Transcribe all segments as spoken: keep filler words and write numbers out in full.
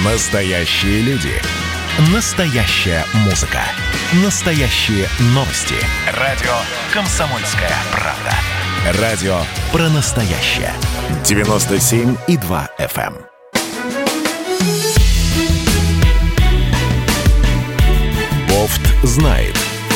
Настоящие люди. Настоящая музыка. Настоящие новости. Радио «Комсомольская правда». Радио про настоящее. девяносто семь и два эф эм. Бофт знает.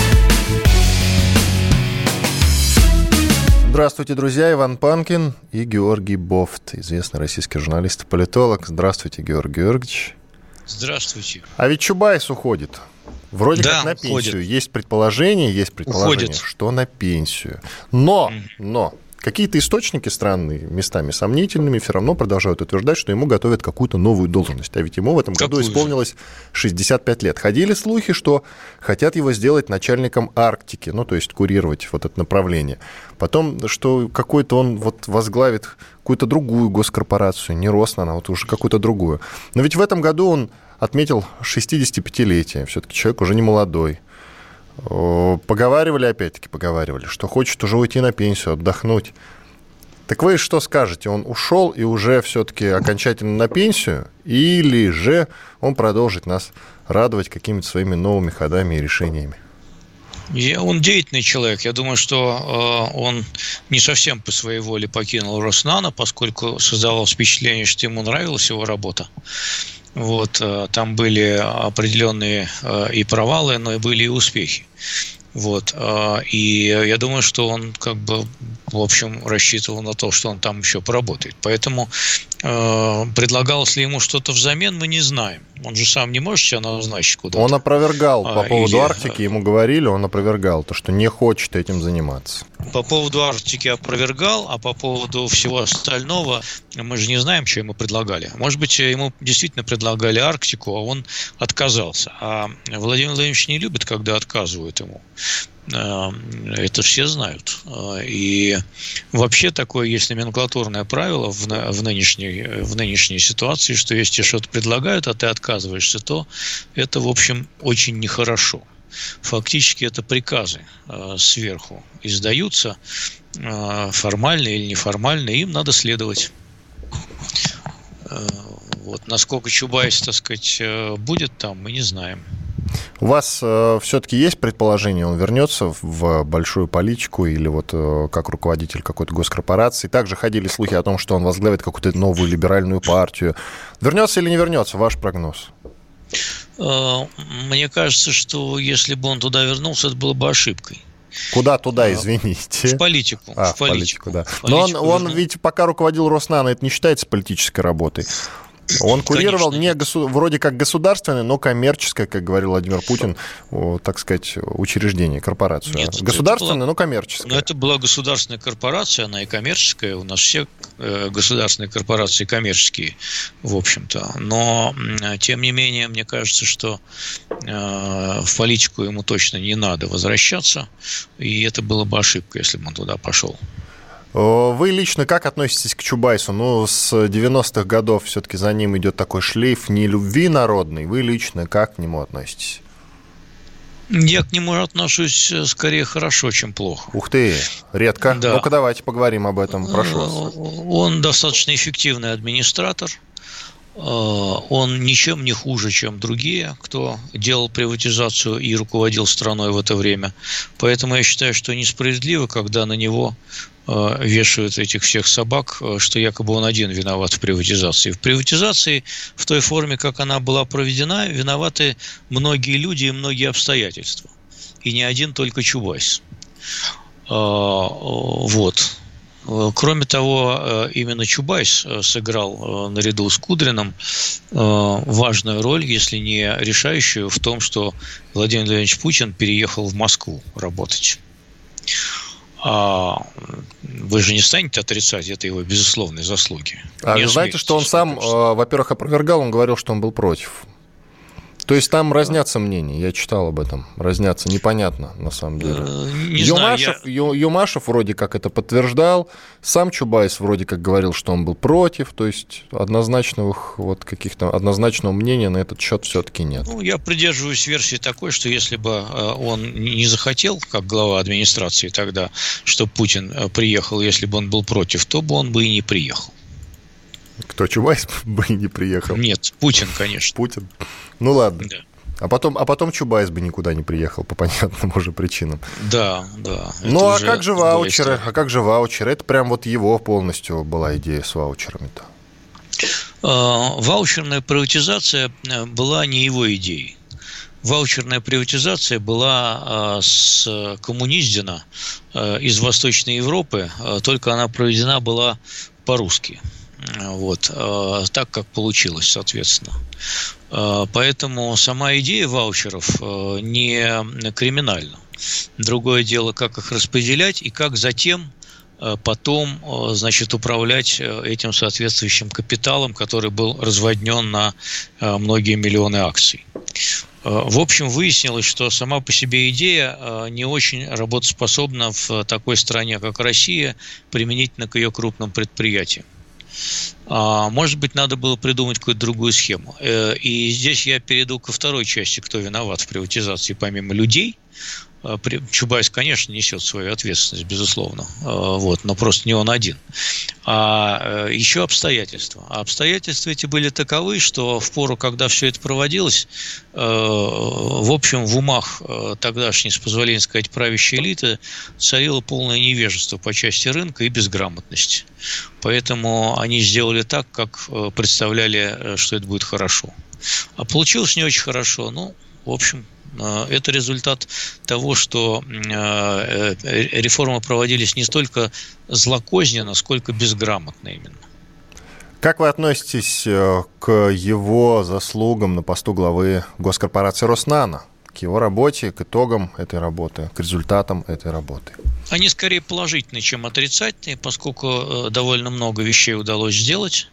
Здравствуйте, друзья. Иван Панкин и Георгий Бофт, известный российский журналист и политолог. Здравствуйте, Георгий Георгиевич. Здравствуйте. А ведь Чубайс уходит. Вроде да, как на пенсию. уходит. Есть предположение, есть предположение, уходит. что на пенсию. Но, Mm. но какие-то источники странные, местами сомнительными, все равно продолжают утверждать, что ему готовят какую-то новую должность. А ведь ему в этом Какую году же? исполнилось шестьдесят пять лет. Ходили слухи, что хотят его сделать начальником Арктики, ну, то есть курировать вот это направление. Потом, что какой-то он вот возглавит какую-то другую госкорпорацию, не Роснано, а вот уже какую-то другую. Но ведь в этом году он отметил шестидесятипятилетие. Все-таки человек уже не молодой. Поговаривали, опять-таки поговаривали, что хочет уже уйти на пенсию, отдохнуть. Так вы что скажете? Он ушел и уже все-таки окончательно на пенсию? Или же он продолжит нас радовать какими-то своими новыми ходами и решениями? Я, он деятельный человек. Я думаю, что э, он не совсем по своей воле покинул Роснано, поскольку создавалось впечатление, что ему нравилась его работа. Вот, э, там были определенные э, и провалы, но и были и успехи. Вот, э, и я думаю, что он как бы, в общем, рассчитывал на то, что он там еще поработает. Поэтому э, предлагалось ли ему что-то взамен, мы не знаем. Он же сам не может себя назначить куда-то. Он опровергал по а, поводу или... Арктики, ему говорили, он опровергал то, что не хочет этим заниматься. По поводу Арктики опровергал, а по поводу всего остального мы же не знаем, что ему предлагали. Может быть, ему действительно предлагали Арктику, а он отказался. А Владимир Владимирович не любит, когда отказывают ему. Это все знают. И вообще такое есть номенклатурное правило в, в, нынешней, в нынешней ситуации, что если тебе что-то предлагают, а ты отказываешься, то это, в общем, очень нехорошо. Фактически это приказы э, сверху издаются, э, формально или неформально, им надо следовать. Э, вот. Насколько Чубайс, так сказать, будет там, мы не знаем. У вас э, все-таки есть предположение, он вернется в большую политику или вот э, как руководитель какой-то госкорпорации? Также ходили слухи о том, что он возглавит какую-то новую либеральную партию. Вернется или не вернется? Ваш прогноз? Мне кажется, что если бы он туда вернулся, это было бы ошибкой. Куда туда, извините? В политику. А, в политику, да. в Но политику он, он ведь пока руководил Роснано, это не считается политической работой. Он курировал Конечно. не госу... вроде как государственное, но коммерческое, как говорил Владимир Путин, так сказать, учреждение, корпорацию. Нет, государственное, была... но коммерческое. Но это была государственная корпорация, она и коммерческая. У нас все государственные корпорации коммерческие, в общем-то. Но, тем не менее, мне кажется, что в политику ему точно не надо возвращаться. И это было бы ошибкой, если бы он туда пошел. Вы лично как относитесь к Чубайсу? Ну, с девяностых годов все-таки за ним идет такой шлейф нелюбви народной. Вы лично как к нему относитесь? Я к нему отношусь скорее хорошо, чем плохо. Ух ты, редко. Да. Ну-ка, давайте поговорим об этом, прошу вас. Он достаточно эффективный администратор. Он ничем не хуже, чем другие, кто делал приватизацию и руководил страной в это время. Поэтому я считаю, что несправедливо, когда на него вешают этих всех собак, что якобы он один виноват в приватизации. В приватизации, в той форме, как она была проведена, виноваты многие люди и многие обстоятельства. И не один только Чубайс. Вот. Кроме того, именно Чубайс сыграл наряду с Кудриным важную роль, если не решающую, в том, что Владимир Владимирович Путин переехал в Москву работать. А вы же не станете отрицать это его безусловные заслуги. А вы знаете, что он сам, во-первых, опровергал, он говорил, что он был против. То есть там разнятся мнения, я читал об этом, разнятся, непонятно на самом деле. Не Юмашев, знаю, я... Юмашев вроде как это подтверждал, сам Чубайс вроде как говорил, что он был против, то есть однозначных вот каких-то однозначного мнения на этот счет все-таки нет. Ну, я придерживаюсь версии такой, что если бы он не захотел, как глава администрации тогда, чтобы Путин приехал, если бы он был против, то бы он бы и не приехал. Кто, Чубайс бы не приехал? Нет, Путин, конечно. Путин? Ну ладно. Да. А потом, а потом Чубайс бы никуда не приехал по понятным уже причинам. Да, да. Ну а как же ваучеры? А как же ваучеры? Это прям вот его полностью была идея с ваучерами-то. Ваучерная приватизация была не его идеей. Ваучерная приватизация была скоммуниздена из Восточной Европы, только она проведена была по-русски. Вот, так, как получилось, соответственно. Поэтому сама идея ваучеров не криминальна. Другое дело, как их распределять и как затем потом, значит, управлять этим соответствующим капиталом, который был разводнен на многие миллионы акций. В общем, выяснилось, что сама по себе идея не очень работоспособна в такой стране, как Россия, применительно к ее крупным предприятиям. Может быть, надо было придумать какую-то другую схему. И здесь я перейду ко второй части, кто виноват в приватизации помимо людей. Чубайс, конечно, несет свою ответственность, безусловно, вот, но просто не он один. А еще обстоятельства. А обстоятельства эти были таковы, что в пору, когда все это проводилось, в общем, в умах тогдашней, с позволения сказать, правящей элиты царило полное невежество по части рынка и безграмотность. Поэтому они сделали так, как представляли, что это будет хорошо. А получилось не очень хорошо. Ну, в общем, это результат того, что реформы проводились не столько злокозненно, сколько безграмотно именно. Как вы относитесь к его заслугам на посту главы госкорпорации «Роснано», к его работе, к итогам этой работы, к результатам этой работы? Они скорее положительные, чем отрицательные, поскольку довольно много вещей удалось сделать.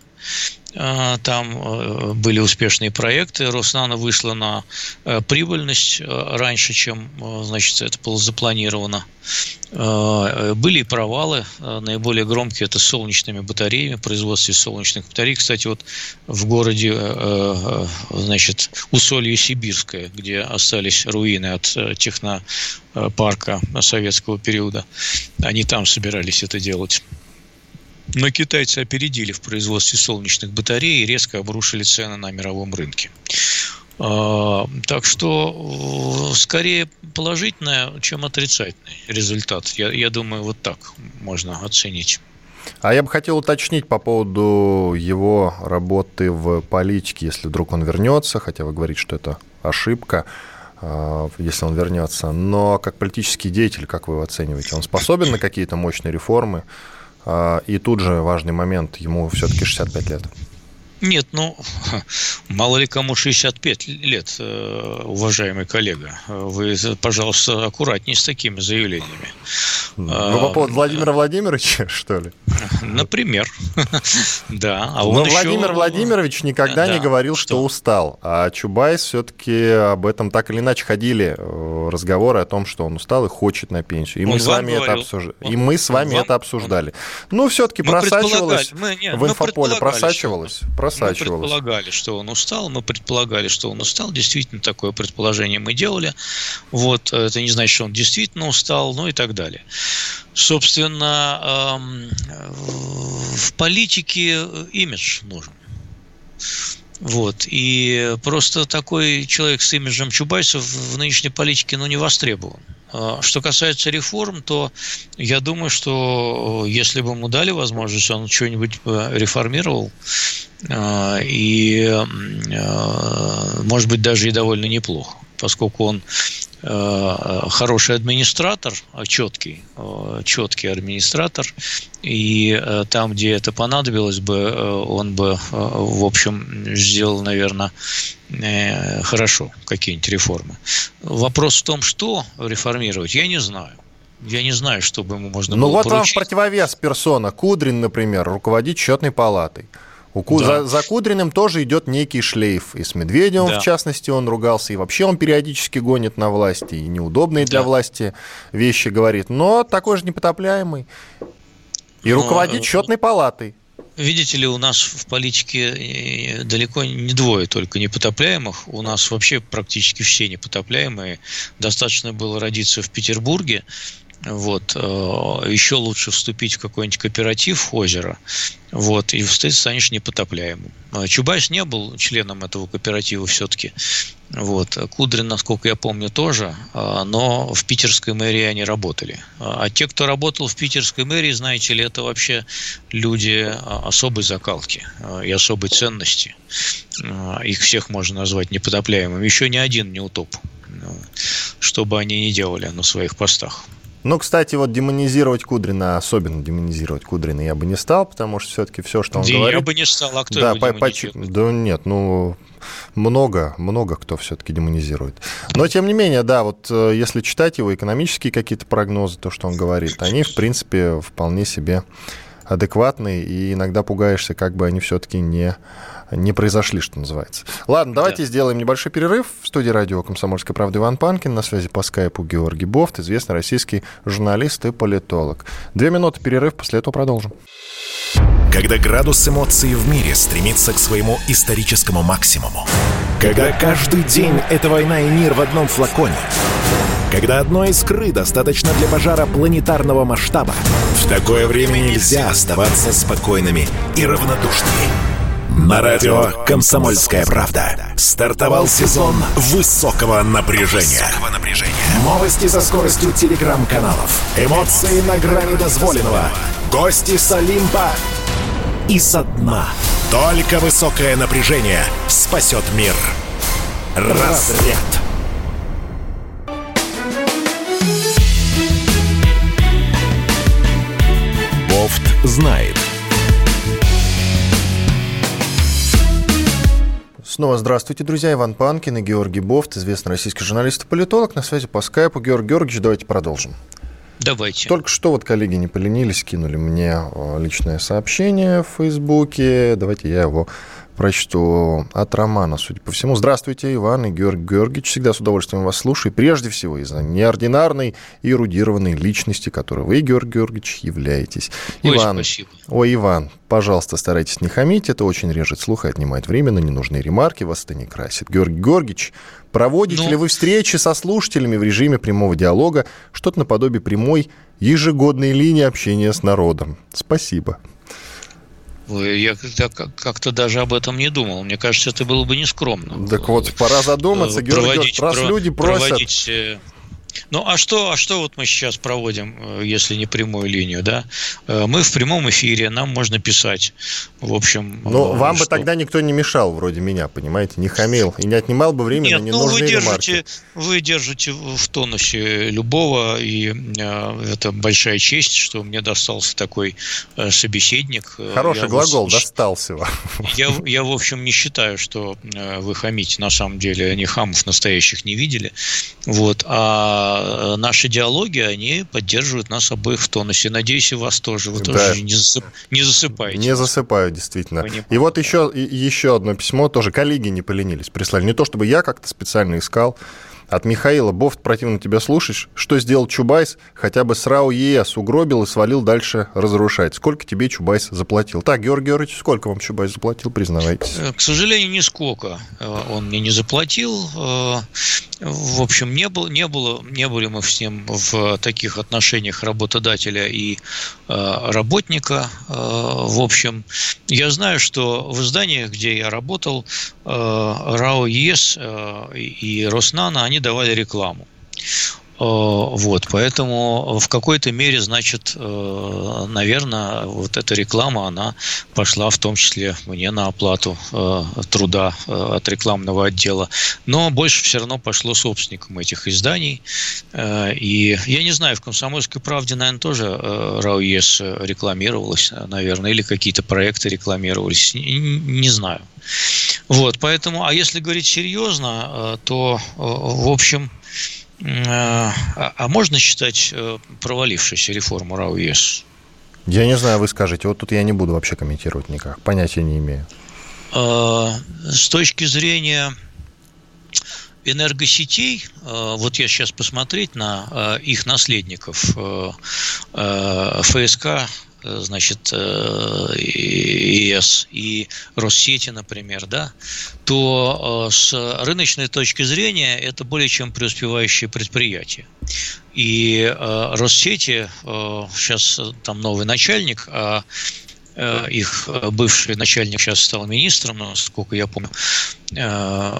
Там были успешные проекты. Роснано вышла на прибыльность раньше, чем, значит, это было запланировано. Были и провалы. Наиболее громкие – это с солнечными батареями, производстве солнечных батарей. Кстати, вот в городе, значит, Усолье-Сибирское, где остались руины от технопарка советского периода, они там собирались это делать. Но китайцы опередили в производстве солнечных батарей и резко обрушили цены на мировом рынке. Так что скорее положительный, чем отрицательный результат. Я, я думаю, вот так можно оценить. А я бы хотел уточнить по поводу его работы в политике, если вдруг он вернется, хотя вы говорите, что это ошибка, если он вернется. Но как политический деятель, как вы его оцениваете? Он способен на какие-то мощные реформы? И тут же важный момент, ему все-таки шестьдесят пять лет. Нет, ну, мало ли кому шестьдесят пять лет, уважаемый коллега. Вы, пожалуйста, аккуратнее с такими заявлениями. Ну, по поводу Владимира Владимировича, что ли? Например. Да. А он Но еще... Владимир Владимирович никогда да. не говорил, что? что устал. А Чубайс все-таки об этом так или иначе ходили разговоры о том, что он устал и хочет на пенсию. И он мы с вами это обсуждали. Он... И мы с вами вам... это обсуждали. Он... Ну, все-таки мы просачивалось мы... Нет, в инфополе, просачивалось. Что... Мы предполагали, что он устал, мы предполагали, что он устал, действительно такое предположение мы делали, вот, это не значит, что он действительно устал, ну и так далее. Собственно, в политике имидж нужен. Вот, и просто такой человек с имиджем Чубайса в нынешней политике, ну, не востребован. Что касается реформ, то я думаю, что если бы ему дали возможность, он что-нибудь реформировал, и, может быть, даже и довольно неплохо, поскольку он хороший администратор, четкий, четкий администратор, и там, где это понадобилось бы, он бы, в общем, сделал, наверное, хорошо какие-нибудь реформы. Вопрос в том, что реформировать, я не знаю. Я не знаю, что бы ему можно ну, было вот поручить. Вам в противовес персона. Кудрин, например, руководит счетной палатой. У, да. за, за Кудриным тоже идет некий шлейф. И с Медведевым, да. в частности, он ругался. И вообще он периодически гонит на власти. И неудобные да. для власти вещи говорит. Но такой же непотопляемый. И Но... руководит счетной палатой. Видите ли, у нас в политике далеко не двое только непотопляемых. У нас вообще практически все непотопляемые. Достаточно было родиться в Петербурге, Вот. Еще лучше вступить в какой-нибудь кооператив озера, вот, и ты станешь непотопляемым. Чубайс не был членом этого кооператива все-таки. Вот. Кудрин, насколько я помню, тоже, но в питерской мэрии они работали. А те, кто работал в питерской мэрии, знаете ли, это вообще люди особой закалки и особой ценности. Их всех можно назвать непотопляемыми. Еще ни один не утоп, что бы они ни делали на своих постах. Ну, кстати, вот демонизировать Кудрина, особенно демонизировать Кудрина я бы не стал, потому что все-таки все, что он да говорит... Я бы не стал, а кто да, его по- демонизирует? Да нет, ну, много, много кто все-таки демонизирует. Но, тем не менее, да, вот если читать его экономические какие-то прогнозы, то, что он говорит, они, в принципе, вполне себе адекватные, и иногда пугаешься, как бы они все-таки не... не произошли, что называется. Ладно, давайте да. сделаем небольшой перерыв. В студии радио «Комсомольская правда» Иван Панкин. На связи по скайпу Георгий Бофт, известный российский журналист и политолог. Две минуты перерыв, после этого продолжим. Когда градус эмоций в мире стремится к своему историческому максимуму. Когда каждый день — это война и мир в одном флаконе. Когда одной искры достаточно для пожара планетарного масштаба. В такое время нельзя оставаться спокойными и равнодушными. На радио «Комсомольская правда» стартовал сезон высокого напряжения. Новости со скоростью телеграм-каналов, эмоции на грани дозволенного, гости с Олимпа и со дна. Только высокое напряжение спасет мир. Разряд. Бофт знает. Снова здравствуйте, друзья. Иван Панкин и Георгий Бофт, известный российский журналист и политолог. На связи по скайпу. Георгий Георгиевич, давайте продолжим. Давайте. Только что вот коллеги не поленились, кинули мне личное сообщение в Фейсбуке. Давайте я его прочту от Романа, судя по всему. Здравствуйте, Иван и Георгий Георгиевич. Всегда с удовольствием вас слушаю. Прежде всего, из-за неординарной и эрудированной личности, которой вы, Георгий Георгиевич, являетесь. Ой, Иван, спасибо. Ой, Иван, пожалуйста, старайтесь не хамить. Это очень режет слух и отнимает время на ненужные ремарки. Вас это не красит. Георгий Георгиевич, проводите ну... ли вы встречи со слушателями в режиме прямого диалога? Что-то наподобие прямой ежегодной линии общения с народом. Спасибо. Я как-то даже об этом не думал. Мне кажется, это было бы нескромно. Так вот, пора задуматься, Георгий, раз пров... люди просят... Проводить... Ну, а что, а что вот мы сейчас проводим, если не прямую линию, да? Мы в прямом эфире, нам можно писать, в общем... Ну, вам что... бы тогда никто не мешал, вроде меня, понимаете, не хамил и не отнимал бы время Нет, на ненужные ну, вы ремарки. Держите, вы держите в тонусе любого, и э, это большая честь, что мне достался такой э, собеседник. Хороший я глагол, вот, достался вам. Я, я, в общем, не считаю, что э, вы хамите, на самом деле, они хамов настоящих не видели, вот, а наши диалоги, они поддерживают нас обоих в тонусе. Надеюсь, и вас тоже. Вы да. тоже не, засып... не засыпаете. Не засыпаю, действительно. И вот еще, еще одно письмо, тоже коллеги не поленились, прислали. Не то, чтобы я как-то специально искал. От Михаила. Бофт, противно тебя слушаешь. Что сделал Чубайс? Хотя бы с РАО ЕС угробил и свалил дальше разрушать. Сколько тебе Чубайс заплатил? Так, Георгий Георгиевич, сколько вам Чубайс заплатил, признавайтесь? К сожалению, нисколько. Он мне не заплатил. В общем, не было, не было, не были мы с ним в таких отношениях работодателя и работника. В общем, я знаю, что в изданиях, где я работал, РАО ЕС и Роснано, они давали рекламу. Вот, поэтому в какой-то мере, значит, наверное, вот эта реклама, она пошла в том числе мне на оплату труда от рекламного отдела. Но больше все равно пошло собственникам этих изданий. И я не знаю, в «Комсомольской правде», наверное, тоже РАО ЕС рекламировалось, наверное, или какие-то проекты рекламировались. Не знаю. Вот, поэтому, а если говорить серьезно, то, в общем... А можно считать провалившейся реформу РАО ЕС? Я не знаю, вы скажете. Вот тут я не буду вообще комментировать никак. Понятия не имею. С точки зрения энергосетей, вот я сейчас посмотреть на их наследников, ФСК, значит, ЕС и Россети, например, да, то с рыночной точки зрения это более чем преуспевающее предприятие. И э, Россети, э, сейчас там новый начальник, а э, их бывший начальник сейчас стал министром, насколько я помню. Э,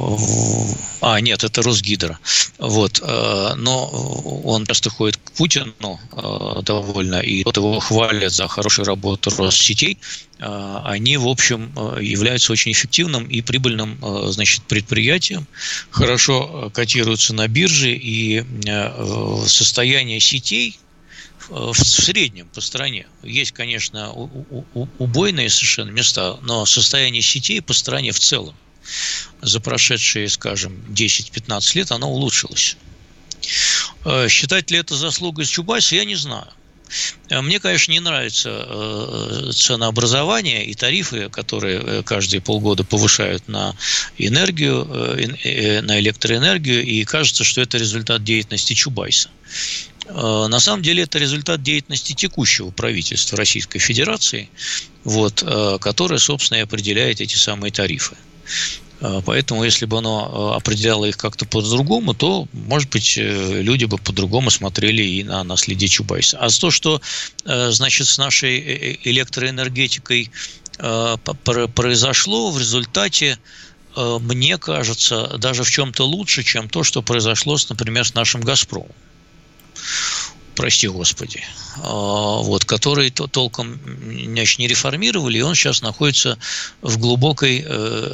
а, нет, это Росгидро. Вот, э, но он часто ходит к Путину э, довольно, и тот его хвалит за хорошую работу Россетей. Э, они, в общем, являются очень эффективным и прибыльным, э, значит, предприятием, хорошо котируются на бирже, и э, состояние сетей в среднем по стране. Есть, конечно, убойные совершенно места, но состояние сетей по стране в целом за прошедшие, скажем, десять-пятнадцать лет оно улучшилось. Считать ли это заслугой Чубайса, я не знаю. Мне, конечно, не нравится ценообразование и тарифы, которые каждые полгода повышают на энергию, на электроэнергию, и кажется, что это результат деятельности Чубайса. На самом деле это результат деятельности текущего правительства Российской Федерации, вот, которое, собственно, и определяет эти самые тарифы. Поэтому, если бы оно определяло их как-то по-другому, то, может быть, люди бы по-другому смотрели и на наследие Чубайса. А то, что, значит, с нашей электроэнергетикой произошло в результате, мне кажется, даже в чем-то лучше, чем то, что произошло, например, с нашим «Газпромом». Прости господи, вот, который толком, значит, не реформировали, и он сейчас находится в глубокой,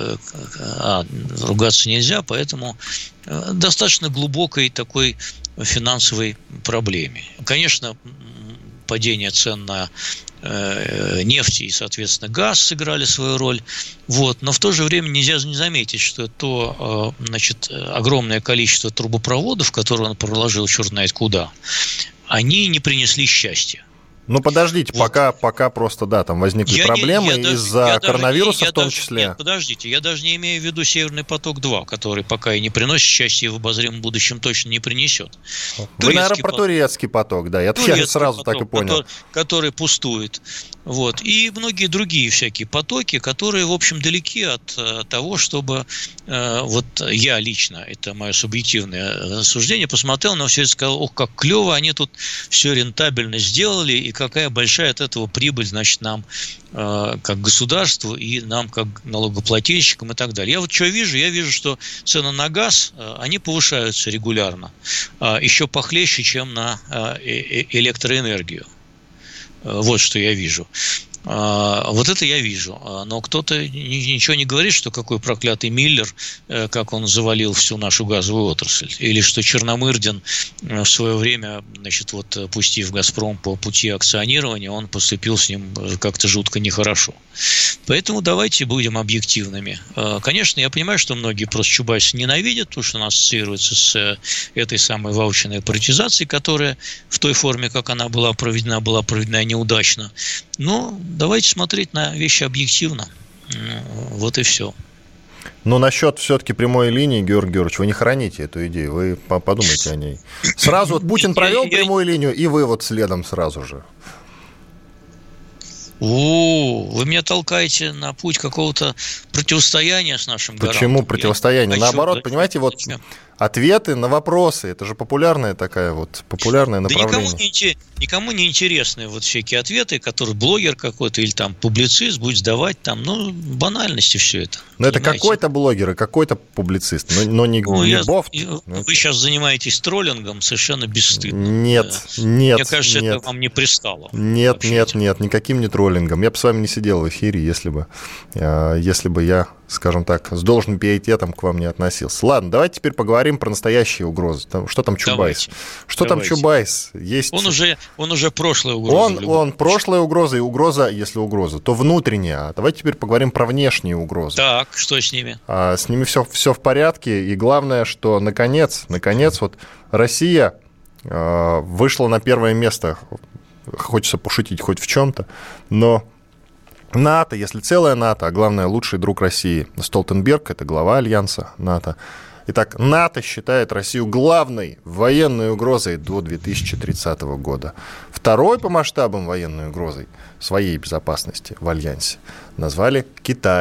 а, ругаться нельзя, поэтому достаточно глубокой такой финансовой проблеме. Конечно, падение цен на нефть и, соответственно, газ сыграли свою роль, вот, но в то же время нельзя не заметить, что то, значит, огромное количество трубопроводов, которые он проложил черт знает куда, они не принесли счастья. Ну, подождите, вот. пока, пока просто, да, там возникли я проблемы не, из-за я коронавируса даже, в том даже, числе. Нет, подождите, я даже не имею в виду «Северный поток-два», который пока и не приносит счастья, и в обозримом будущем точно не принесет. Вы, турецкий наверное, про поток. турецкий поток, да, я, я сразу поток, так и понял. Который, который пустует. Вот. И многие другие всякие потоки, которые, в общем, далеки от э, того, чтобы э, вот я лично, это мое субъективное суждение, посмотрел на все это и сказал: ох, как клево, они тут все рентабельно сделали, и какая большая от этого прибыль, значит, нам э, как государству и нам как налогоплательщикам и так далее. Я вот что вижу? Я вижу, что цены на газ, э, они повышаются регулярно, э, еще похлеще, чем на э, электроэнергию. Вот что я вижу. Вот это я вижу. Но кто-то ничего не говорит, что какой проклятый Миллер, как он завалил всю нашу газовую отрасль. Или что Черномырдин в свое время, значит, вот, пустив «Газпром» по пути акционирования, он поступил с ним как-то жутко нехорошо. Поэтому давайте будем объективными. Конечно, я понимаю, что многие просто Чубайса ненавидят, потому что он ассоциируется с этой самой ваучерной приватизацией, которая в той форме, как она была проведена, была проведена неудачно. Но давайте смотреть на вещи объективно. Вот и все. Но насчет все-таки прямой линии, Георгий Георгиевич, вы не храните эту идею, вы подумайте о ней. Сразу вот Путин провел прямую линию, и вы вот следом сразу же. О, вы меня толкаете на путь какого-то противостояния с нашим гарантом. Почему противостояние? Я Наоборот, понимаете, вот ответы на вопросы, это же популярная такая вот, популярное направление. Да никому не, никому не интересны вот всякие ответы, которые блогер какой-то или там публицист будет сдавать там, ну, банальности все это. Но это какой-то блогер и какой-то публицист, но, но не, ну, не я, бофт. Вы это... сейчас занимаетесь троллингом совершенно бесстыдно. Нет, да. нет, Мне кажется, нет. это вам не пристало. Нет, вообще-то. нет, нет, никаким не троллингом. Я бы с вами не сидел в эфире, если бы, если бы я, скажем так, с должным пиететом к вам не относился. Ладно, давайте теперь поговорим про настоящие угрозы. Что там Чубайс? Давайте. Что Давайте. там Чубайс? Есть... Он уже, он уже прошлая угроза. Он, он прошлая угроза и угроза, если угроза, то внутренняя. А давайте теперь поговорим про внешние угрозы. Так, что с ними? А, с ними все, все в порядке. И главное, что наконец, наконец, вот Россия а, вышла на первое место. Хочется пошутить хоть в чем-то, но НАТО, если целая НАТО, а главное, лучший друг России, Столтенберг, это глава альянса НАТО. Итак, НАТО считает Россию главной военной угрозой до две тысячи тридцатого года. Второй по масштабам военной угрозой своей безопасности в альянсе назвали Китай.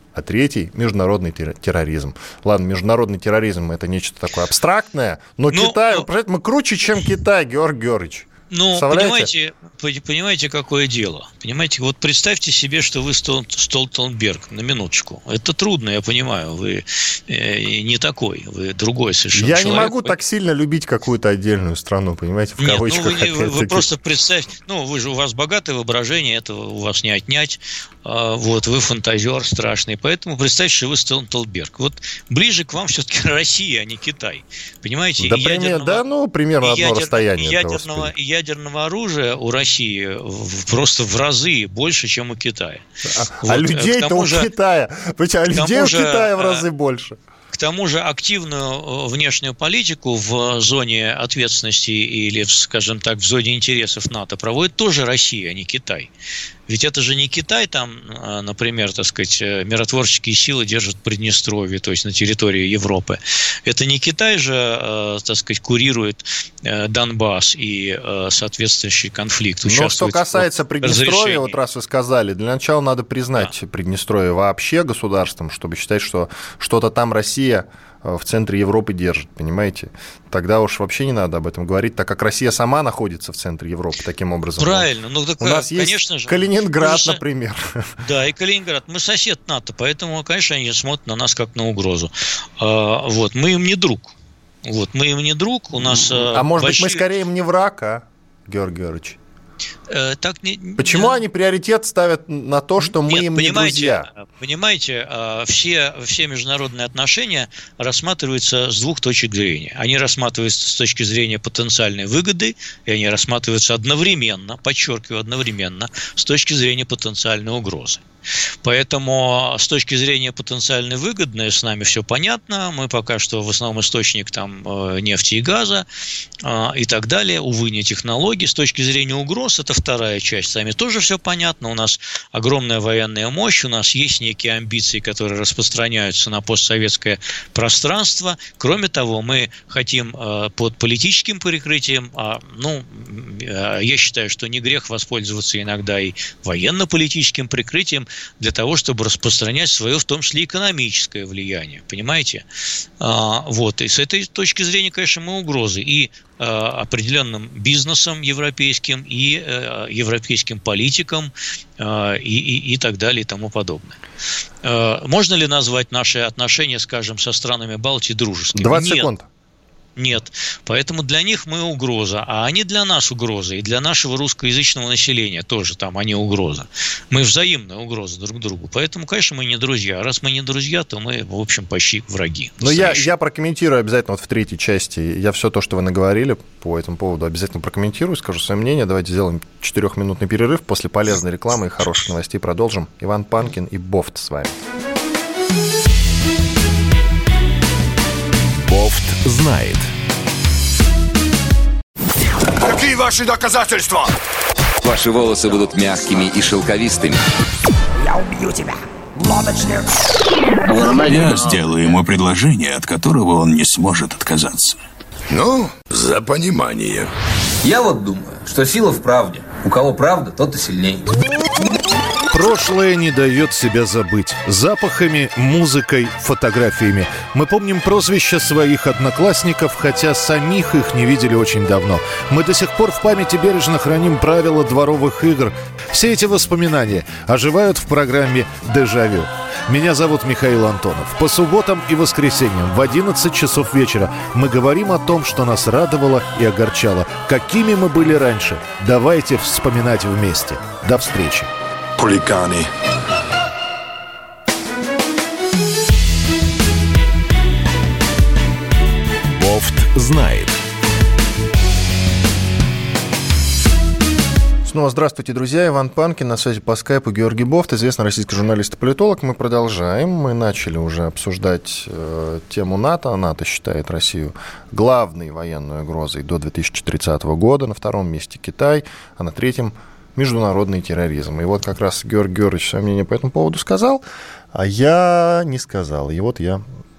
а третий – международный терроризм. Ладно, международный терроризм – это нечто такое абстрактное, но ну, Китай, ну, мы круче, чем Китай, Георгий Георгиевич. Ну, понимаете, понимаете, какое дело? Понимаете, вот представьте себе, что вы Столтенберг, на минуточку. Это трудно, я понимаю, вы э, не такой, вы другой совершенно я человек. Я не могу так сильно любить какую-то отдельную страну, понимаете, в Нет, кавычках. Ну, вы, вы, вы просто представьте, ну, вы же, у вас богатое воображение, этого у вас не отнять, а, вот, вы фантазер страшный, поэтому представьте, что вы Столтенберг. Вот ближе к вам все-таки Россия, а не Китай, понимаете? Да, пример, да ну, примерно одно ядер, расстояние. Ядерного, ядерного оружия у России просто в разы больше, чем у Китая. А, вот, а людей-то у же, Китая, а людей у же, Китая в разы больше. К тому же активную внешнюю политику в зоне ответственности или, скажем так, в зоне интересов НАТО проводит тоже Россия, а не Китай. Ведь это же не Китай там, например, так сказать, миротворческие силы держат в Приднестровье, то есть на территории Европы. Это не Китай же, так сказать, курирует Донбасс и соответствующий конфликт. Но что касается Приднестровья, вот раз вы сказали, для начала надо признать да. Приднестровье вообще государством, чтобы считать, что что-то там Россия в центре Европы держит, понимаете? Тогда уж вообще не надо об этом говорить, так как Россия сама находится в центре Европы таким образом. Правильно. Ну, так, у нас конечно есть же, Калининград, же, например. Да, и Калининград. Мы сосед НАТО, поэтому, конечно, они смотрят на нас как на угрозу. А, вот, мы им не друг. Вот, мы им не друг, у нас... А может большие... быть, мы скорее им не враг, а, Георгий Георгиевич? Так не, Почему не... они приоритет ставят на то, что мы Нет, им не друзья? Понимаете, все, все международные отношения рассматриваются с двух точек зрения. Они рассматриваются с точки зрения потенциальной выгоды, и они рассматриваются одновременно, подчеркиваю, одновременно, с точки зрения потенциальной угрозы. Поэтому с точки зрения потенциально выгодной с нами все понятно. Мы пока что в основном источник там нефти и газа и так далее. Увы, не технологии. С точки зрения угроз, это вторая часть. С нами тоже все понятно. У нас огромная военная мощь, у нас есть некие амбиции, которые распространяются на постсоветское пространство. Кроме того, мы хотим под политическим прикрытием, ну, я считаю, что не грех воспользоваться иногда и военно-политическим прикрытием, для того, чтобы распространять свое, в том числе, экономическое влияние. Понимаете? А, вот. И с этой точки зрения, конечно, мы угрозы и а, определенным бизнесом европейским, и а, европейским политикам, а, и, и, и так далее, и тому подобное. А, можно ли назвать наши отношения, скажем, со странами Балтии дружескими? двадцать Нет. секунд. Нет. Поэтому для них мы угроза, а они для нас угроза, и для нашего русскоязычного населения тоже там они угроза. Мы взаимная угроза друг другу. Поэтому, конечно, мы не друзья. А раз мы не друзья, то мы, в общем, почти враги. Но я, я прокомментирую обязательно вот в третьей части. Я все то, что вы наговорили по этому поводу, обязательно прокомментирую, скажу свое мнение. Давайте сделаем четырехминутный перерыв. После полезной рекламы и хороших новостей продолжим. Иван Панкин и Бофт с вами. Бофт знает. Какие ваши доказательства? Ваши волосы будут мягкими и шелковистыми. Я убью тебя, лодочник. Я сделаю ему предложение, от которого он не сможет отказаться. Ну, за понимание. Я вот думаю, что сила в правде. У кого правда, тот и сильней. Прошлое не дает себя забыть. Запахами, музыкой, фотографиями. Мы помним прозвища своих одноклассников, хотя самих их не видели очень давно. Мы до сих пор в памяти бережно храним правила дворовых игр. Все эти воспоминания оживают в программе «Дежавю». Меня зовут Михаил Антонов. По субботам и воскресеньям в одиннадцать часов вечера мы говорим о том, что нас радовало и огорчало. Какими мы были раньше. Давайте вспоминать вместе. До встречи. Хулиганы. Бофт знает. Снова здравствуйте, друзья. Иван Панкин, на связи по скайпу Георгий Бофт, известный российский журналист и политолог. Мы продолжаем. Мы начали уже обсуждать э, тему НАТО. НАТО считает Россию главной военной угрозой до две тысячи тридцатого года. На втором месте Китай, а на третьем международный терроризм. И вот как раз Георгий Георгиевич свое мнение по этому поводу сказал, а я не сказал. И вот я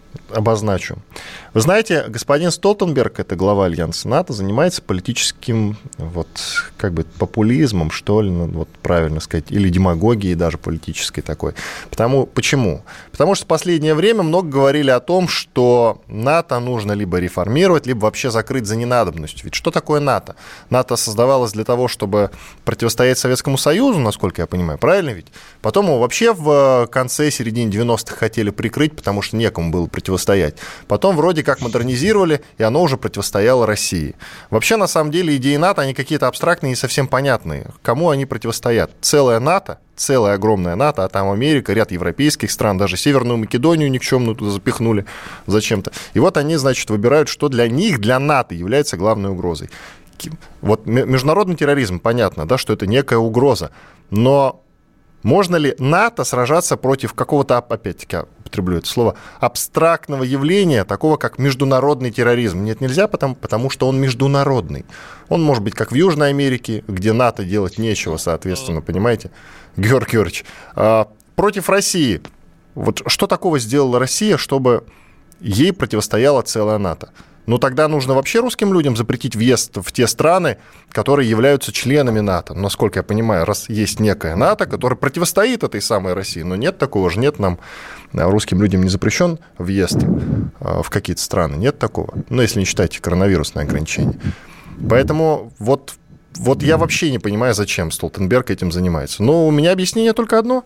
обозначу. Вы знаете, господин Столтенберг, это глава Альянса НАТО, занимается политическим вот, как бы популизмом, что ли, ну, вот правильно сказать, или демагогией даже политической такой. Потому, почему? Потому что в последнее время много говорили о том, что НАТО нужно либо реформировать, либо вообще закрыть за ненадобностью. Ведь что такое НАТО? НАТО создавалось для того, чтобы противостоять Советскому Союзу, насколько я понимаю, правильно ведь? Потом его вообще в конце, середине девяностых хотели прикрыть, потому что некому было противостоять. Потом вроде как модернизировали, и оно уже противостояло России. Вообще, на самом деле, идеи НАТО, они какие-то абстрактные и совсем понятные. Кому они противостоят? Целая НАТО, целая огромная НАТО, а там Америка, ряд европейских стран, даже Северную Македонию никчемную туда запихнули зачем-то. И вот они, значит, выбирают, что для них, для НАТО является главной угрозой. Вот международный терроризм, понятно, да, что это некая угроза, но можно ли НАТО сражаться против какого-то, опять-таки, употреблю это слово, абстрактного явления, такого как международный терроризм? Нет, нельзя, потому, потому что он международный. Он может быть как в Южной Америке, где НАТО делать нечего, соответственно, понимаете, Георгий Георгиевич. А против России. Вот что такого сделала Россия, чтобы ей противостояла целая НАТО? Ну, тогда нужно вообще русским людям запретить въезд в те страны, которые являются членами НАТО. Насколько я понимаю, раз есть некая НАТО, которая противостоит этой самой России, но нет такого же, нет, нам, русским людям, не запрещен въезд в какие-то страны, нет такого, ну, если не считать коронавирусные ограничения. Поэтому вот, вот я вообще не понимаю, зачем Столтенберг этим занимается. Но у меня объяснение только одно,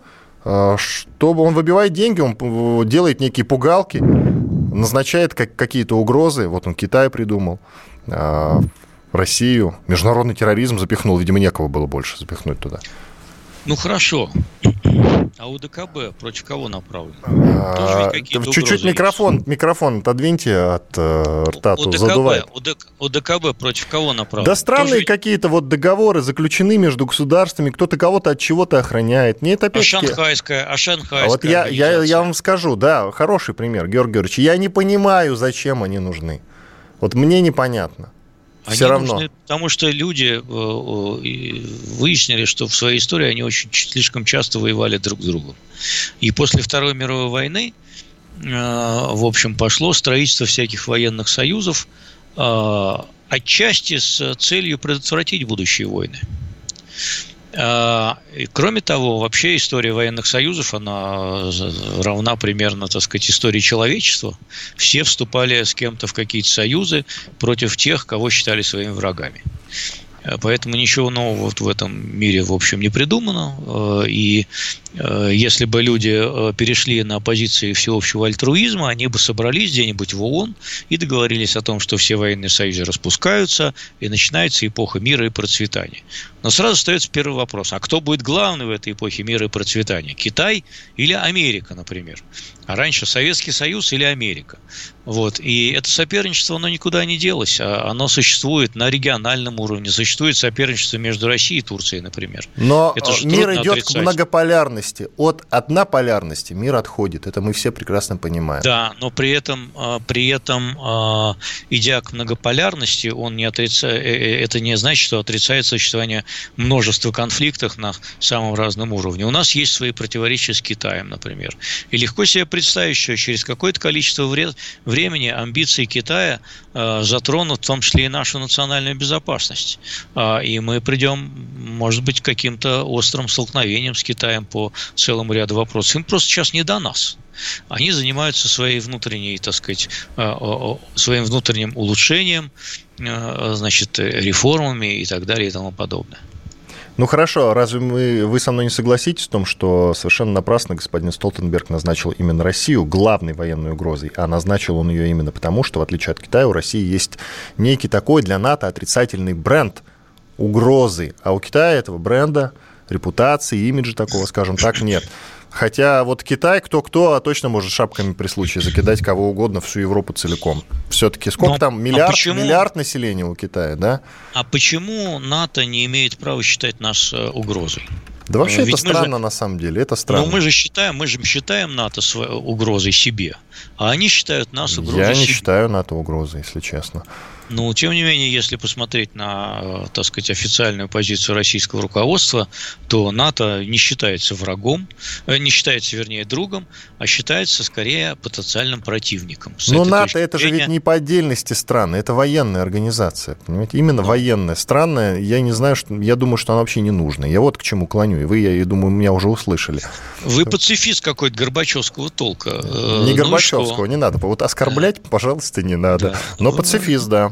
чтобы он выбивает деньги, он делает некие пугалки, назначает как, какие-то угрозы. Вот он Китай придумал, э, Россию, международный терроризм запихнул. Видимо, некого было больше запихнуть туда. Ну, хорошо. А УДКБ против кого направлен? А, чуть-чуть микрофон, микрофон отодвиньте от э, рта, то задувает. УДКБ против кого направлен? Да странные Тоже... какие-то вот договоры заключены между государствами, кто-то кого-то от чего-то охраняет. Нет, опять-таки... А шанхайская, а шанхайская вот я, я, я вам скажу, да, хороший пример, Георгий Георгиевич. Я не понимаю, зачем они нужны. Вот мне непонятно. Все они равно. Нужны, потому что люди выяснили, что в своей истории они очень слишком часто воевали друг с другом. И после Второй мировой войны, в общем, пошло строительство всяких военных союзов, отчасти с целью предотвратить будущие войны. И, кроме того, вообще история военных союзов, она равна примерно, так сказать, истории человечества. Все вступали с кем-то в какие-то союзы против тех, кого считали своими врагами. Поэтому ничего нового вот в этом мире, в общем, не придумано. И если бы люди перешли на позиции всеобщего альтруизма, они бы собрались где-нибудь в ООН и договорились о том, что все военные союзы распускаются, и начинается эпоха мира и процветания. Но сразу остается первый вопрос. А кто будет главный в этой эпохе мира и процветания? Китай или Америка, например? А раньше Советский Союз или Америка? Вот. И это соперничество, оно никуда не делось. Оно существует на региональном уровне. Существует соперничество между Россией и Турцией, например. Но мир идет отрицать. К многополярности. От однополярности мир отходит. Это мы все прекрасно понимаем. Да, но при этом, при этом идя к многополярности, он не отрицает, это не значит, что отрицает существование множества конфликтов на самом разном уровне. У нас есть свои противоречия с Китаем, например. И легко себе представить, что через какое-то количество времени амбиции Китая затронут в том числе и нашу национальную безопасность. И мы придем, может быть, к каким-то острым столкновениям с Китаем по целому ряду вопросов. Им просто сейчас не до нас. Они занимаются своей внутренней, так сказать, своим внутренним улучшением, значит, реформами и так далее и тому подобное. Ну хорошо, разве мы, вы со мной не согласитесь в том, что совершенно напрасно господин Столтенберг назначил именно Россию главной военной угрозой, а назначил он ее именно потому, что, в отличие от Китая, у России есть некий такой для НАТО отрицательный бренд угрозы, а у Китая этого бренда, репутации, имиджа такого, скажем так, нет. Хотя вот Китай кто-кто, а точно может шапками при случае закидать кого угодно, всю Европу целиком. Все-таки сколько Но, там? Миллиард, а миллиард населения у Китая, да? А почему НАТО не имеет права считать нас угрозой? Да вообще Ведь это странно же, на самом деле, это странно. Но мы же считаем, мы же считаем НАТО угрозой себе, а они считают нас угрозой Я себе. не считаю НАТО угрозой, если честно. Но, тем не менее, если посмотреть на, так сказать, официальную позицию российского руководства, то НАТО не считается врагом, не считается, вернее, другом, а считается, скорее, потенциальным противником. Но НАТО – это же ведь не по отдельности страны, это военная организация, понимаете? Именно ну. военная. Странная, я не знаю, что, я думаю, что она вообще не нужна. Я вот к чему клоню, и вы, я думаю, меня уже услышали. Вы пацифист какой-то горбачевского толка. Не ну Горбачевского, не надо. Вот оскорблять, пожалуйста, не надо. Да. Но пацифист, да.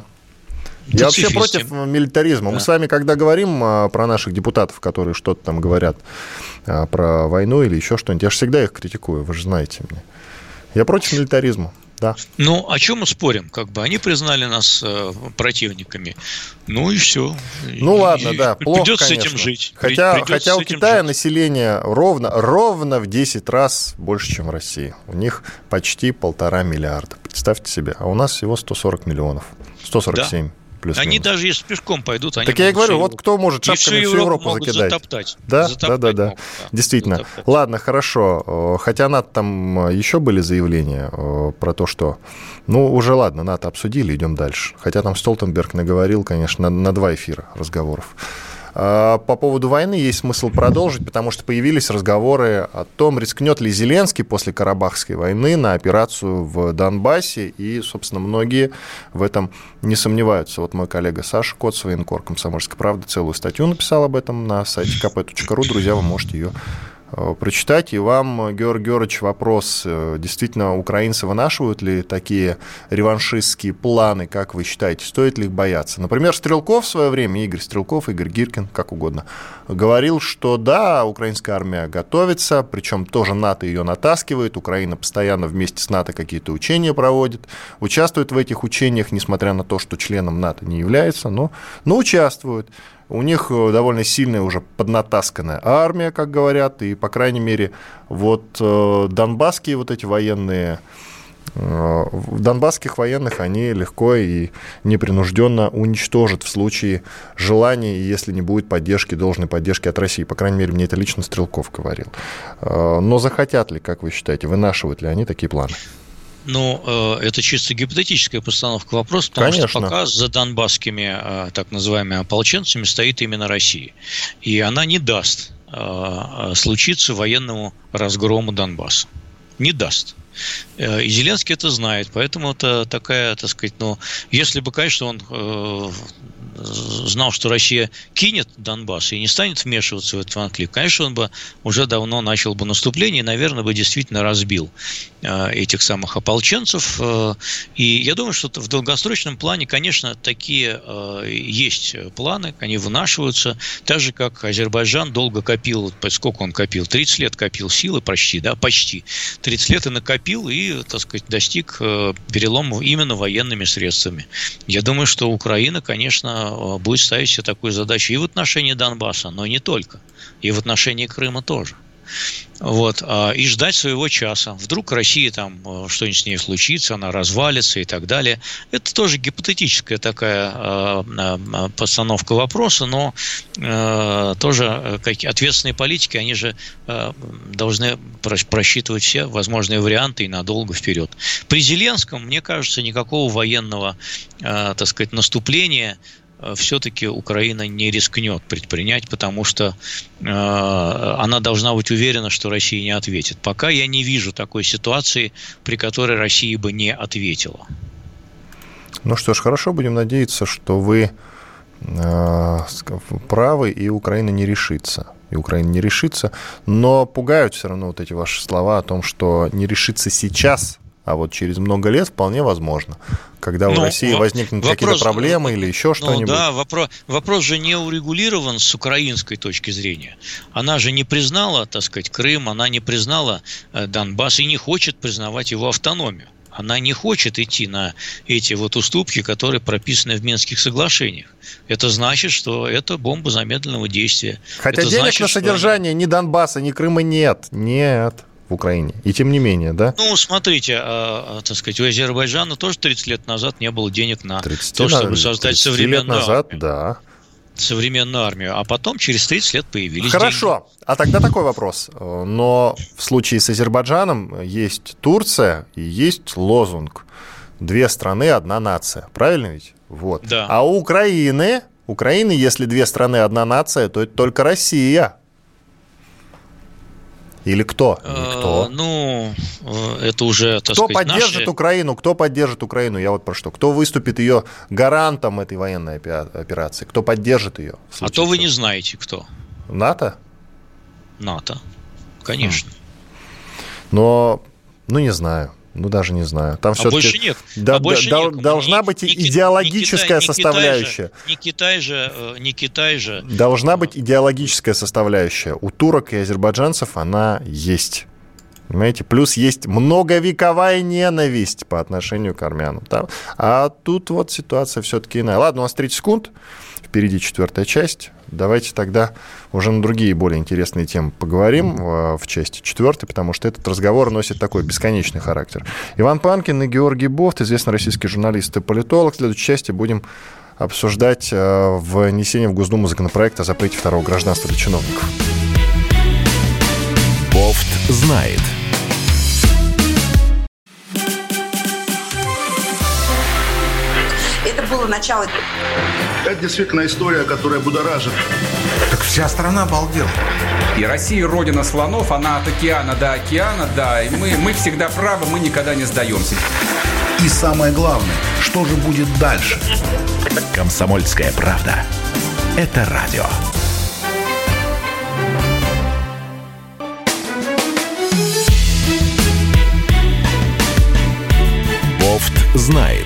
Я вообще против милитаризма. Да. Мы с вами, когда говорим а, про наших депутатов, которые что-то там говорят а, про войну или еще что-нибудь, я же всегда их критикую, вы же знаете меня. Я против милитаризма, да. Ну, о чем мы спорим? Как бы они признали нас э, противниками. Ну и все. Ну и, ладно, и, да, плохо, придется конечно. с этим жить. Хотя, хотя у Китая жить. Население ровно, ровно в десять раз больше, чем в России. У них почти полтора миллиарда. Представьте себе. А у нас всего сто сорок миллионов. сто сорок семь. Да. Они даже если пешком пойдут, они так я и говорю, вот кто может шапками всю Европу, Европу закидать. Затоптать. Да, затоптать да, да, да. Могут, да. Действительно. Затоптать. Ладно, хорошо. Хотя НАТО там еще были заявления про то, что... Ну, уже ладно, НАТО обсудили, идем дальше. Хотя там Столтенберг наговорил, конечно, на, на два эфира разговоров. По поводу войны есть смысл продолжить, потому что появились разговоры о том, рискнет ли Зеленский после Карабахской войны на операцию в Донбассе, и, собственно, многие в этом не сомневаются. Вот мой коллега Саша Коц, военкор «Комсомольской правды», целую статью написал об этом на сайте ка пэ точка ру. Друзья, вы можете ее прочитать. И вам, Георгий Георгиевич, вопрос. Действительно, украинцы вынашивают ли такие реваншистские планы, как вы считаете? Стоит ли их бояться? Например, Стрелков в свое время, Игорь Стрелков, Игорь Гиркин, как угодно, говорил, что да, украинская армия готовится, причем тоже НАТО ее натаскивает, Украина постоянно вместе с НАТО какие-то учения проводит, участвует в этих учениях, несмотря на то, что членом НАТО не является, но, но участвует. У них довольно сильная уже поднатасканная армия, как говорят, и, по крайней мере, вот донбасские вот эти военные, донбасских военных они легко и непринужденно уничтожат в случае желания, если не будет поддержки, должной поддержки от России. По крайней мере, мне это лично Стрелков говорил. Но захотят ли, как вы считаете, вынашивают ли они такие планы? Ну, это чисто гипотетическая постановка вопроса, потому Конечно. Что пока за донбасскими так называемыми ополченцами стоит именно Россия. И она не даст случиться военному разгрому Донбасса. Не даст. И Зеленский это знает, поэтому это такая, так сказать, ну, если бы, конечно, он э, знал, что Россия кинет Донбасс и не станет вмешиваться в этот конфликт, конечно, он бы уже давно начал бы наступление и, наверное, бы действительно разбил э, этих самых ополченцев. Э, и я думаю, что в долгосрочном плане, конечно, такие э, есть планы, они вынашиваются, так же, как Азербайджан долго копил, сколько он копил, тридцать лет копил силы почти, да, почти, тридцать лет и накопил, и, так сказать, достиг перелома именно военными средствами. Я думаю, что Украина, конечно, будет ставить себе такую задачу и в отношении Донбасса, но не только, и в отношении Крыма тоже. Вот, и ждать своего часа. Вдруг Россия там что-нибудь с ней случится, она развалится и так далее. Это тоже гипотетическая такая постановка вопроса, но тоже какие ответственные политики, они же должны просчитывать все возможные варианты и надолго вперед. При Зеленском, мне кажется, никакого военного, так сказать, наступления все-таки Украина не рискнет предпринять, потому что э, она должна быть уверена, что Россия не ответит. Пока я не вижу такой ситуации, при которой Россия бы не ответила. Ну что ж, хорошо, будем надеяться, что вы э, правы, и Украина не решится. И Украина не решится, но пугают все равно вот эти ваши слова о том, что не решится сейчас, а вот через много лет вполне возможно, когда ну, в России возникнут вопрос, какие-то проблемы или еще что-нибудь. Ну да, вопрос, вопрос же не урегулирован с украинской точки зрения. Она же не признала, так сказать, Крым, она не признала Донбасс и не хочет признавать его автономию. Она не хочет идти на эти вот уступки, которые прописаны в Минских соглашениях. Это значит, что это бомба замедленного действия. Хотя это денег значит, на содержание что... ни Донбасса, ни Крыма нет. Нет. В Украине. И тем не менее, да? Ну, смотрите, а, так сказать, у Азербайджана тоже тридцать лет назад не было денег на то, чтобы создать современную лет назад, армию. Да. Современную армию. А потом через тридцать лет появились Хорошо. деньги. А тогда такой вопрос. Но в случае с Азербайджаном есть Турция и есть лозунг две страны, одна нация. Правильно ведь? Вот. Да. А у Украины, Украины, если две страны, одна нация, то это только Россия. Или кто? Никто. Э, ну, это уже, так кто сказать, поддержит наши... Украину? Кто поддержит Украину? Я вот про что. Кто выступит ее гарантом этой военной операции? Кто поддержит ее? А то вы не знаете, кто. НАТО? НАТО. Конечно. Хм. Но, ну, не знаю. Ну, даже не знаю. Там а все-таки больше нет. Да, а больше да, некому. Должна не, быть не, идеологическая не составляющая. Не Китай же, не Китай же. Должна быть идеологическая составляющая. У турок и азербайджанцев она есть. Понимаете? Плюс есть многовековая ненависть по отношению к армянам. А тут вот ситуация все-таки иная. Ладно, у нас тридцать секунд. Впереди четвертая часть. Давайте тогда уже на другие более интересные темы поговорим в части четвертой, потому что этот разговор носит такой бесконечный характер. Иван Панкин и Георгий Бофт, известный российский журналист и политолог. В следующей части будем обсуждать внесение в Госдуму законопроекта о запрете второго гражданства для чиновников. Бофт знает. Это было начало. Это действительно история, которая будоражит. Так вся страна обалдела. И Россия родина слонов, она от океана до океана, да. И мы, мы всегда правы, мы никогда не сдаемся. И самое главное, что же будет дальше? «Комсомольская правда». Это радио. Бофт знает.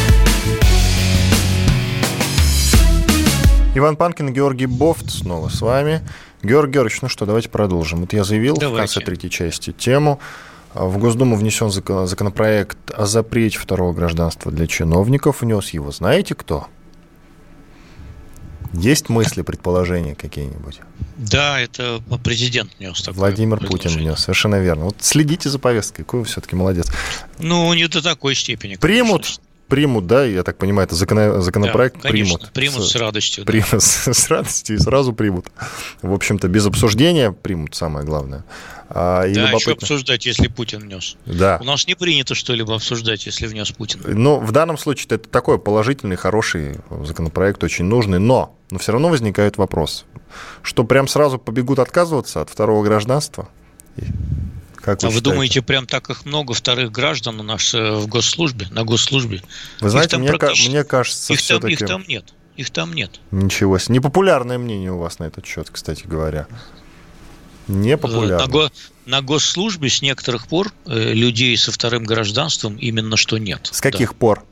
Иван Панкин и Георгий Бофт снова с вами. Георгий Георгиевич, ну что, давайте продолжим. Вот я заявил давайте. в конце третьей части тему. В Госдуму внесен законопроект о запрете второго гражданства для чиновников. Внес его знаете кто? Есть мысли, предположения какие-нибудь? Да, это президент внес такое Владимир Путин внес, совершенно верно. Вот следите за повесткой, какой вы все-таки молодец. Ну, не до такой степени. Примут? Конечно. Примут, да, я так понимаю, это закон... законопроект да, конечно, примут. примут с, с радостью. Примут да. с, с радостью и сразу примут. В общем-то, без обсуждения примут, самое главное. А, и да, любопытно... еще обсуждать, если Путин внес. Да. У нас не принято что-либо обсуждать, если внес Путин. Ну, в данном случае это такой положительный, хороший законопроект, очень нужный, но, но все равно возникает вопрос, что прям сразу побегут отказываться от второго гражданства? Как вы а считаете? вы думаете, прям так их много вторых граждан у нас в госслужбе, на госслужбе? Вы знаете, мне, мне кажется, их все-таки... Там, их там нет, их там нет. Ничего себе. Непопулярное мнение у вас на этот счет, кстати говоря. Непопулярное. На, го... на госслужбе с некоторых пор э, людей со вторым гражданством именно что нет. С каких да. пор?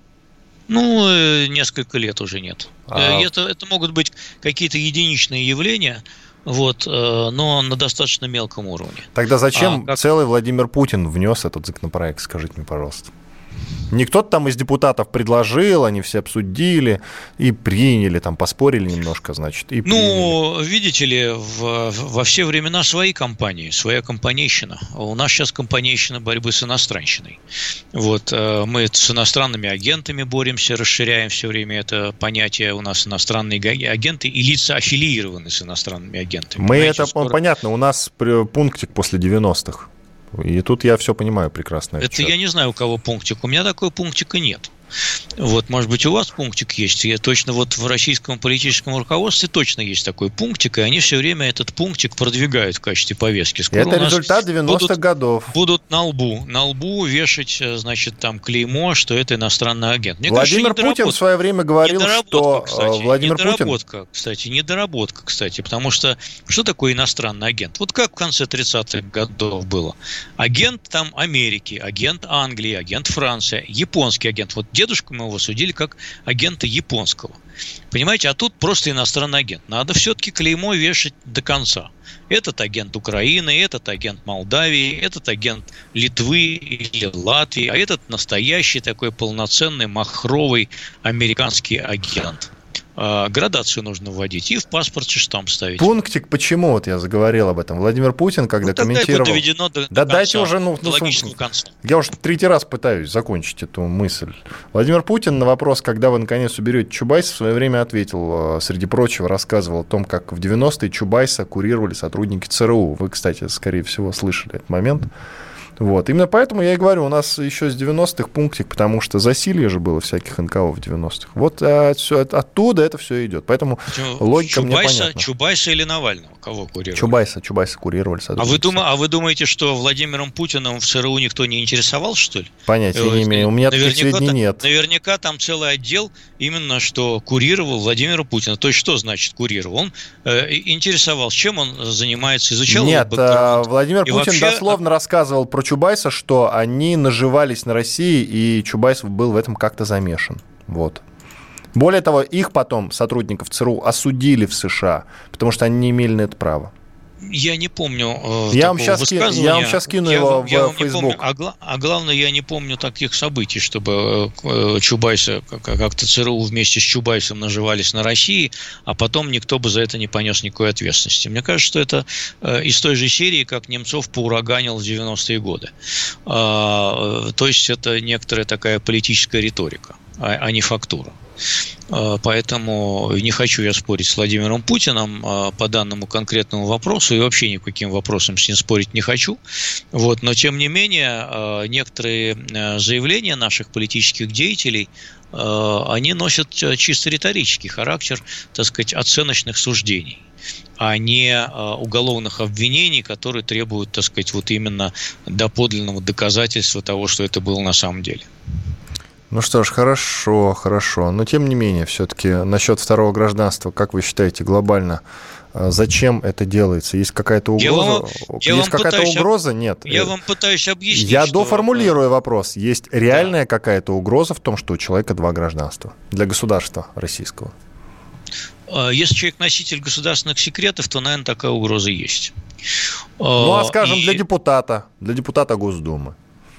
Ну, э, несколько лет уже нет. А... Это, это могут быть какие-то единичные явления, вот, но на достаточно мелком уровне. Тогда зачем а, как... целый Владимир Путин внес этот законопроект, скажите мне, пожалуйста? Не кто-то там из депутатов предложил, они все обсудили и приняли, там поспорили немножко, значит, и Ну, приняли. видите ли, в, во все времена свои компании, своя компанейщина. У нас сейчас компанейщина борьбы с иностранщиной. Вот, мы с иностранными агентами боремся, расширяем все время это понятие. У нас иностранные агенты и лица аффилированы с иностранными агентами. Мы Понимаете, это, скоро... понятно, у нас пунктик после девяностых. И тут я все понимаю прекрасно. Это отчет. Я не знаю, у кого пунктик. У меня такого пунктика нет. Вот, может быть, у вас пунктик есть. Я точно вот в российском политическом руководстве точно есть такой пунктик, и они все время этот пунктик продвигают в качестве повестки. Скоро это результат девяностых годов. Будут на лбу, на лбу вешать, значит, там клеймо, что это иностранный агент. Мне Владимир кажется, Путин в свое время говорил, что кстати, Владимир недоработка, Путин... кстати, недоработка, кстати, потому что что такое иностранный агент? Вот как в конце тридцатых годов было? Агент там Америки, агент Англии, агент Франции, японский агент. Вот дедушку моего судили как агента японского. Понимаете, а тут просто иностранный агент. Надо все-таки клеймо вешать до конца. Этот агент Украины, этот агент Молдавии, этот агент Литвы или Латвии, а этот настоящий такой полноценный махровый американский агент. Градацию нужно вводить и в паспорте штамп ставить. Пунктик, почему вот я заговорил об этом? Владимир Путин, когда ну, комментировал... Будет доведено до, да до дайте конца, уже, ну, до логического конца. Я уже третий раз пытаюсь закончить эту мысль. Владимир Путин на вопрос, когда вы наконец уберете Чубайса, в свое время ответил, среди прочего, рассказывал о том, как в девяностые Чубайса курировали сотрудники ЦРУ. Вы, кстати, скорее всего, слышали этот момент, Вот. Именно поэтому я и говорю, у нас еще с девяностых пунктик, потому что засилье же было всяких эн ка о в девяностых. Вот от, от, оттуда это все идет. Поэтому Чу, логика Чубайса, мне понятна. Чубайса или Навального? Кого курировали? Чубайса, Чубайса курировали. А вы, дум, а вы думаете, что Владимиром Путиным в ЦРУ никто не интересовался, что ли? Понятия не имею. У меня таких сведений там, нет. Наверняка там целый отдел именно что курировал Владимира Путина. То есть что значит курировал? Он э, интересовался, чем он занимается, изучал. Нет, а, Владимир и Путин вообще... дословно рассказывал про Чубайса, что они наживались на России, и Чубайс был в этом как-то замешан. Вот. Более того, их потом, сотрудников ЦРУ, осудили в США, потому что они не имели на это права. Я не помню э, я такого вам сейчас высказывания. Я вам сейчас кину я, его я в Facebook. Помню, а, гла- а главное, я не помню таких событий, чтобы э, Чубайса, как-то ЦРУ вместе с Чубайсом наживались на России, а потом никто бы за это не понес никакой ответственности. Мне кажется, что это э, из той же серии, как Немцов поураганил в девяностые годы. Э, э, то есть это некоторая такая политическая риторика, а, а не фактура. Поэтому не хочу я спорить с Владимиром Путиным по данному конкретному вопросу, и вообще никаким вопросом с ним спорить не хочу. Вот. Но, тем не менее, некоторые заявления наших политических деятелей, они носят чисто риторический характер, так сказать, оценочных суждений, а не уголовных обвинений, которые требуют, так сказать, вот именно доподлинного доказательства того, что это было на самом деле. Ну что ж, хорошо, хорошо. Но тем не менее, все-таки насчет второго гражданства, как вы считаете, глобально, зачем это делается? Есть какая-то угроза? Я вам, я Есть какая-то пытаюсь, угроза? Нет. Я вам пытаюсь объяснить. Я что... доформулирую вопрос. Есть реальная да. какая-то угроза в том, что у человека два гражданства для государства российского? Если человек носитель государственных секретов, то, наверное, такая угроза есть. Ну, а скажем, И... для депутата, для депутата Госдумы.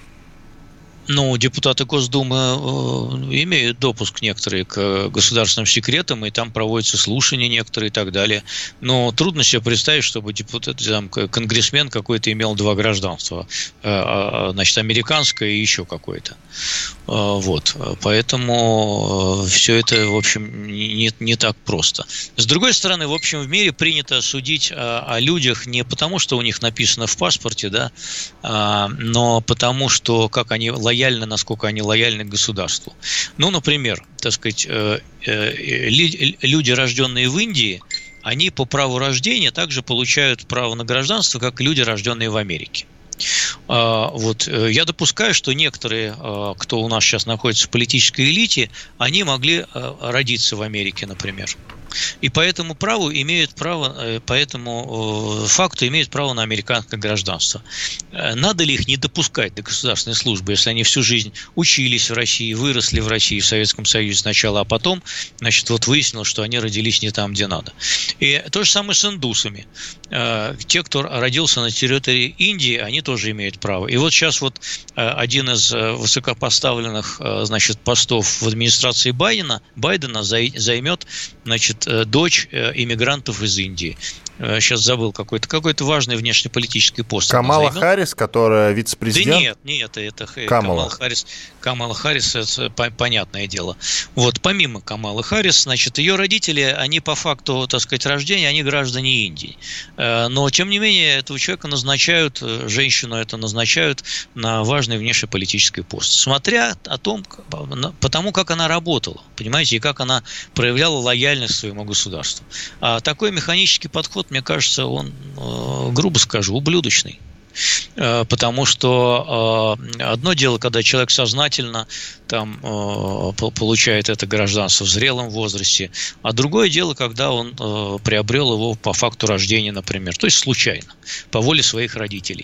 Ну, депутаты Госдумы э, имеют допуск некоторые к государственным секретам, и там проводятся слушания некоторые и так далее. Но трудно себе представить, чтобы депутат, там, конгрессмен какой-то имел два гражданства. Э, значит, американское и еще какое-то. Э, вот. Поэтому э, все это, в общем, не, не так просто. С другой стороны, в общем, в мире принято судить о, о людях не потому, что у них написано в паспорте, да, э, но потому, что как они лояльны, насколько они лояльны к государству. Ну, например, так сказать, люди, рожденные в Индии, они по праву рождения также получают право на гражданство, как и люди, рожденные в Америке. Вот. Я допускаю, что некоторые, кто у нас сейчас находится в политической элите, они могли родиться в Америке, например. И по этому праву имеют право, по этому факту имеют право на американское гражданство. Надо ли их не допускать до государственной службы, если они всю жизнь учились в России, выросли в России, в Советском Союзе сначала, а потом, значит, вот выяснилось, что они родились не там, где надо. И то же самое с индусами. Те, кто родился на территории Индии, они тоже имеют право. И вот сейчас вот один из высокопоставленных, значит, постов в администрации Байдена, Байдена займет, значит, дочь иммигрантов из Индии. Сейчас забыл какой-то какой-то важный внешнеполитический пост. Камала Харрис, которая вице-президент? Да нет, нет, это Камала. Камала Харрис. Камала Харрис, это понятное дело. Вот, помимо Камалы Харрис, значит, ее родители, они по факту, так сказать, рождения, они граждане Индии. Но, тем не менее, этого человека назначают, женщину это назначают на важный внешнеполитический пост. Смотря о том, потому как она работала, понимаете, и как она проявляла лояльность своему государству. А такой механический подход, мне кажется, он, грубо скажу, ублюдочный. Потому что одно дело, когда человек сознательно там, получает это гражданство в зрелом возрасте, а другое дело, когда он приобрел его по факту рождения, например, то есть случайно, по воле своих родителей.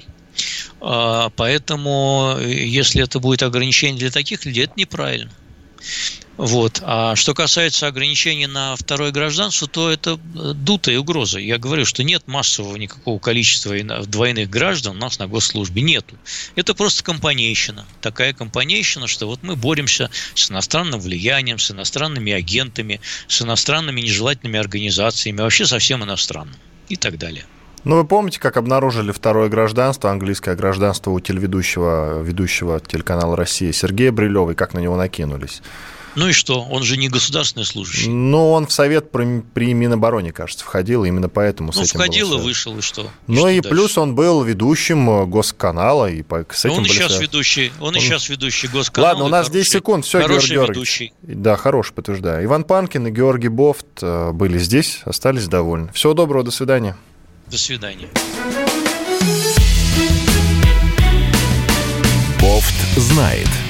Поэтому, если это будет ограничение для таких людей, это неправильно. Вот. А что касается ограничений на второе гражданство, то это дутая угроза. Я говорю, что нет массового никакого количества двойных граждан у нас на госслужбе. Нету. Это просто компанейщина. Такая компанейщина, что вот мы боремся с иностранным влиянием, с иностранными агентами, с иностранными нежелательными организациями, вообще со всем иностранным и так далее. Ну, вы помните, как обнаружили второе гражданство, английское гражданство у телеведущего, ведущего телеканала «Россия» Сергея Брилева, и как на него накинулись? Ну и что? Он же не государственный служащий. Ну, он в совет при, при Минобороне, кажется, входил, и именно поэтому с ну, этим входил было и вышел, и что? И ну что и дальше? Плюс он был ведущим Госканала, и по, с этим он и были сейчас связаны. ведущий, он, он и сейчас ведущий Госканала. Ладно, у нас десять секунд, все, Георгий Георгиевич. Ведущий. Да, хороший, подтверждаю. Иван Панкин и Георгий Бофт были здесь, остались довольны. Всего доброго, до свидания. До свидания. Бофт знает.